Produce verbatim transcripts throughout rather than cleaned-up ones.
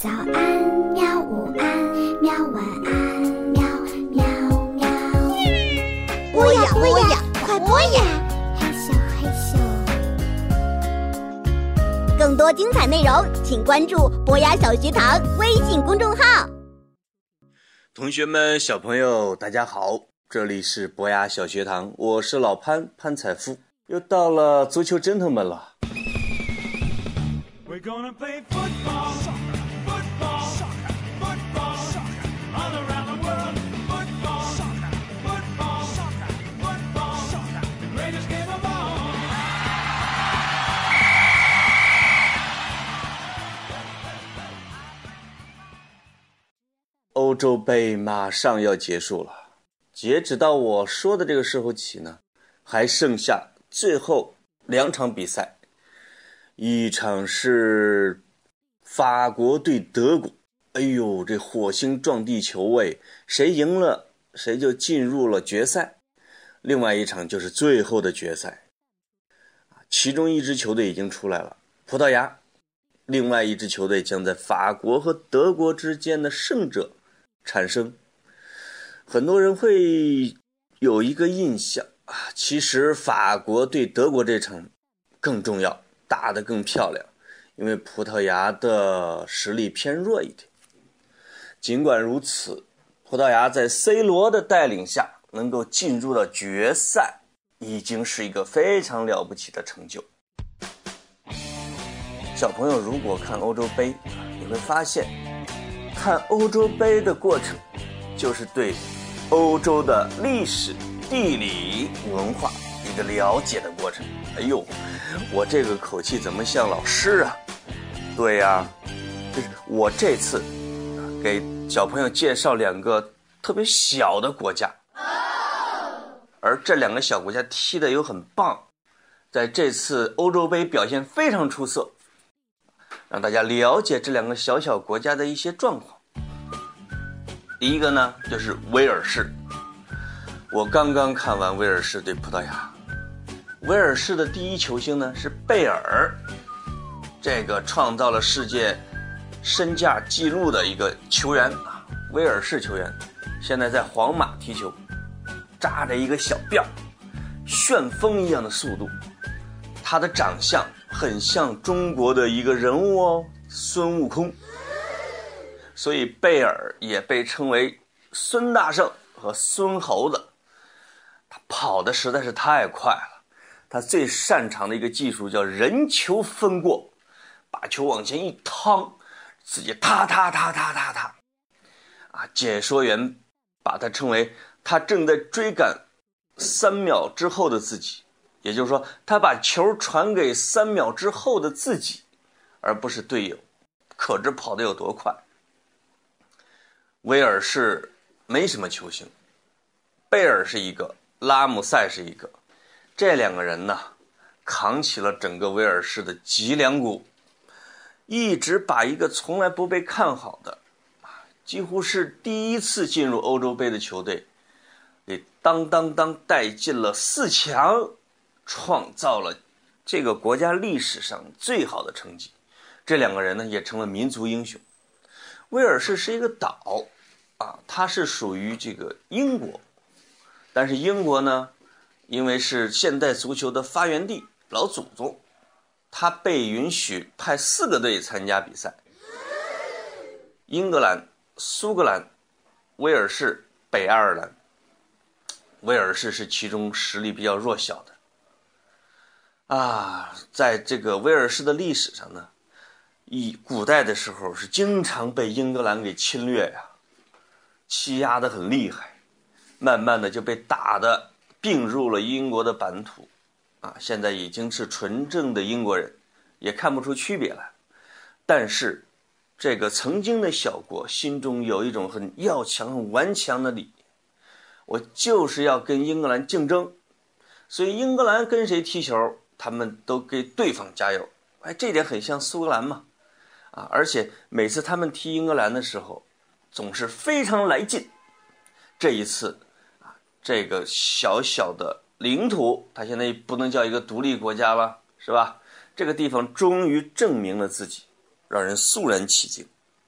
早安喵，午安喵，晚安喵喵喵。 播呀播呀，快播呀！ 害羞害羞。 更多精彩内容，请关注博雅小学堂微信公众号。 同学们，小朋友，大家好，这里是博雅小学堂，我是老潘潘采夫，又到了足球侦探们了。 We're gonna play football, soccer, football, soccer, football, soccer, all around the world. Football, soccer, football, soccer, football, soccer, the greatest game of all. 欧洲杯马上要结束了，截止到我说的这个时候起呢，还剩下最后两场比赛。一场是法国对德国，哎呦，这火星撞地球位，谁赢了谁就进入了决赛。另外一场就是最后的决赛，其中一支球队已经出来了，葡萄牙，另外一支球队将在法国和德国之间的胜者产生。很多人会有一个印象啊，其实法国对德国这场更重要，打得更漂亮，因为葡萄牙的实力偏弱一点。尽管如此，葡萄牙在 C 罗的带领下能够进入到决赛，已经是一个非常了不起的成就。小朋友如果看欧洲杯，你会发现看欧洲杯的过程就是对欧洲的历史、地理、文化一个了解的过程。哎呦，我这个口气怎么像老师啊？对呀，就是我这次给小朋友介绍两个特别小的国家，而这两个小国家踢得又很棒，在这次欧洲杯表现非常出色，让大家了解这两个小小国家的一些状况。第一个呢，就是威尔士。我刚刚看完威尔士对葡萄牙。威尔士的第一球星呢是贝尔，这个创造了世界身价纪录的一个球员啊，威尔士球员，现在在皇马踢球，扎着一个小辫儿，旋风一样的速度，他的长相很像中国的一个人物哦，孙悟空，所以贝尔也被称为孙大圣和孙猴子。他跑得实在是太快了。他最擅长的一个技术叫人球分过，把球往前一趟，自己踏踏踏踏踏踏啊！解说员把他称为他正在追赶三秒之后的自己，也就是说，他把球传给三秒之后的自己，而不是队友，可知跑得有多快。威尔士没什么球星，贝尔是一个，拉姆塞是一个。这两个人呢，扛起了整个威尔士的脊梁骨，一直把一个从来不被看好的，几乎是第一次进入欧洲杯的球队，给当当当带进了四强，创造了这个国家历史上最好的成绩。这两个人呢，也成了民族英雄。威尔士是一个岛啊，它是属于这个英国，但是英国呢，因为是现代足球的发源地，老祖宗，他被允许派四个队参加比赛：英格兰、苏格兰、威尔士、北爱尔兰。威尔士是其中实力比较弱小的啊，在这个威尔士的历史上呢，以古代的时候是经常被英格兰给侵略呀，欺压得很厉害，慢慢的就被打的并入了英国的版土啊，现在已经是纯正的英国人，也看不出区别来。但是这个曾经的小国心中有一种很要强很顽强的理念，我就是要跟英格兰竞争，所以英格兰跟谁踢球他们都给对方加油。哎，这点很像苏格兰嘛啊，而且每次他们踢英格兰的时候总是非常来劲。这一次这个小小的领土，它现在不能叫一个独立国家了，是吧？这个地方终于证明了自己，让人肃然起敬。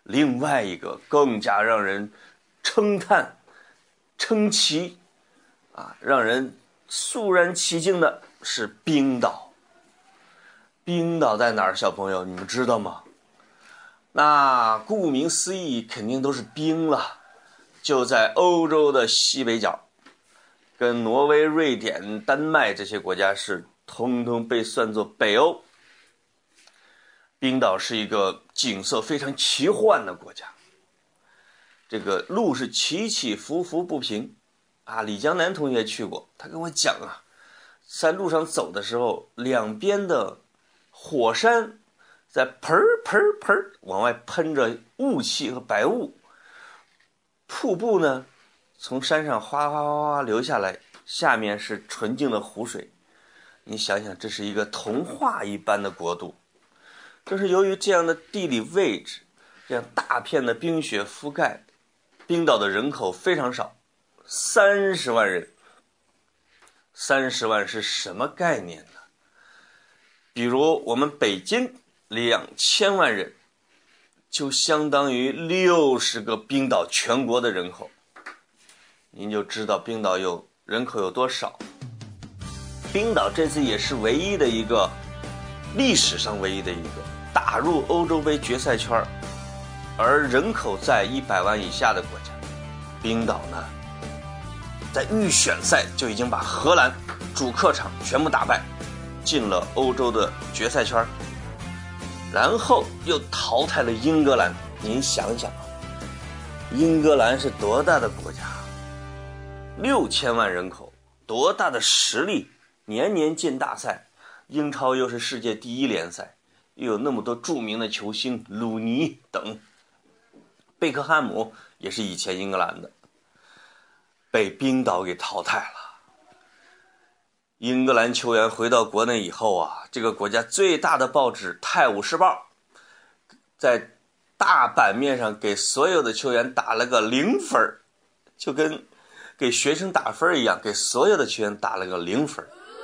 另外一个更加让人称叹、称奇啊，让人肃然起敬的是冰岛。冰岛在哪儿？小朋友，你们知道吗？那顾名思义，肯定都是冰了，就在欧洲的西北角，跟挪威、瑞典、丹麦这些国家是通通被算作北欧。冰岛是一个景色非常奇幻的国家，这个路是起起伏伏不平啊。李江南同学去过，他跟我讲啊，在路上走的时候，两边的火山在喷喷喷往外喷着雾气和白雾，瀑布呢从山上哗哗哗哗流下来，下面是纯净的湖水。你想想，这是一个童话一般的国度。这是由于这样的地理位置，这样大片的冰雪覆盖，冰岛的人口非常少，三十万人。三十万是什么概念呢？比如我们北京两千万人，就相当于六十个冰岛全国的人口。您就知道冰岛有人口有多少。冰岛这次也是唯一的一个，历史上唯一的一个打入欧洲杯决赛圈，而人口在一百万以下的国家。冰岛呢，在预选赛就已经把荷兰主客场全部打败，进了欧洲的决赛圈，然后又淘汰了英格兰。您想想啊，英格兰是多大的国家？六千万人口，多大的实力，年年进大赛。英超又是世界第一联赛，又有那么多著名的球星，鲁尼等，贝克汉姆也是以前英格兰的，被冰岛给淘汰了。英格兰球员回到国内以后啊，这个国家最大的报纸《泰晤士报》在大版面上给所有的球员打了个零分，就跟给学生打分一样，给所有的球员打了个零分。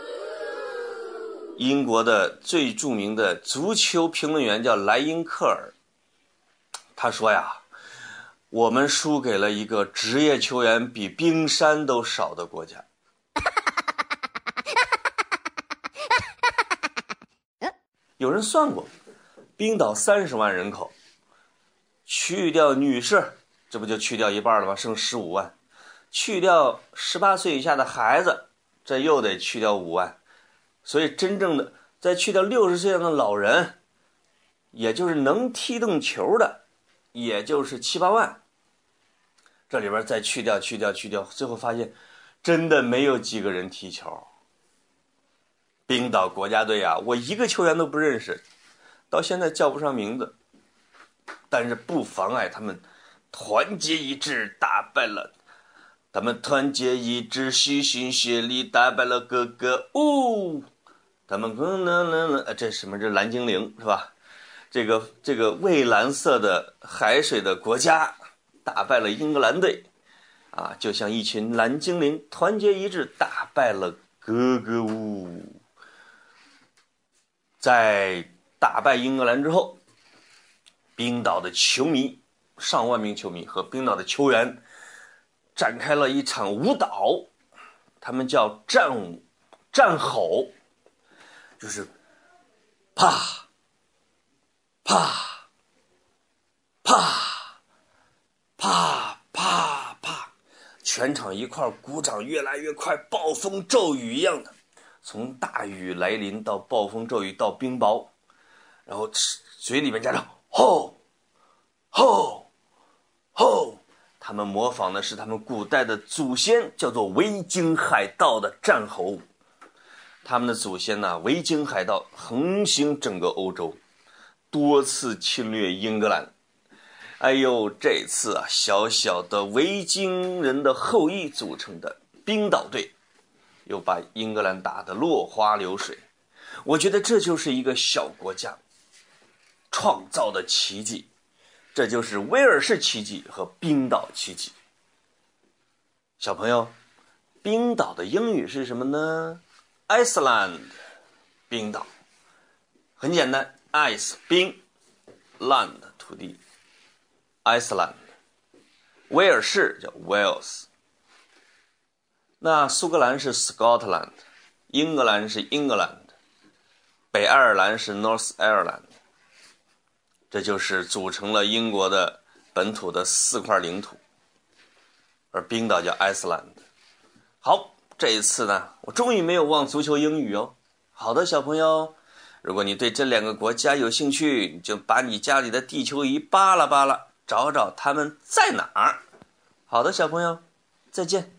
英国的最著名的足球评论员叫莱因克尔，他说呀，我们输给了一个职业球员比冰山都少的国家。有人算过，冰岛三十万人口，去掉女士，这不就去掉一半了吗？剩十五万。去掉十八岁以下的孩子，这又得去掉五万。所以真正的再去掉六十岁以上的老人，也就是能踢动球的，也就是七八万。这里边再去掉去掉去掉，最后发现真的没有几个人踢球。冰岛国家队啊，我一个球员都不认识，到现在叫不上名字，但是不妨碍他们团结一致，打败了他们团结一致，齐心协力，打败了哥哥呜。他们可能能这什么？这蓝精灵是吧？这个这个蔚蓝色的海水的国家打败了英格兰队，啊，就像一群蓝精灵团结一致打败了哥哥呜。在打败英格兰之后，冰岛的球迷上万名球迷和冰岛的球员展开了一场舞蹈，他们叫战舞、战吼，就是啪啪啪啪啪啪，全场一块鼓掌，越来越快，暴风骤雨一样的，从大雨来临到暴风骤雨到冰雹，然后嘴里面加上吼吼吼。他们模仿的是他们古代的祖先，叫做维京海盗的战吼舞。他们的祖先呢，维京海盗横行整个欧洲，多次侵略英格兰。哎呦，这次啊，小小的维京人的后裔组成的冰岛队，又把英格兰打得落花流水。我觉得这就是一个小国家创造的奇迹。这就是威尔士奇迹和冰岛奇迹。小朋友，冰岛的英语是什么呢？ Iceland， 冰岛。很简单， Ice 冰， Land 土地。 Iceland， 威尔士叫 Wales， 那苏格兰是 Scotland， 英格兰是 England， 北爱尔兰是 North Ireland， 这就是组成了英国的本土的四块领土，而冰岛叫 Iceland。 好，这一次呢，我终于没有忘足球英语哦。好的，小朋友，如果你对这两个国家有兴趣，你就把你家里的地球仪扒拉扒拉，找找它们在哪儿。好的，小朋友，再见。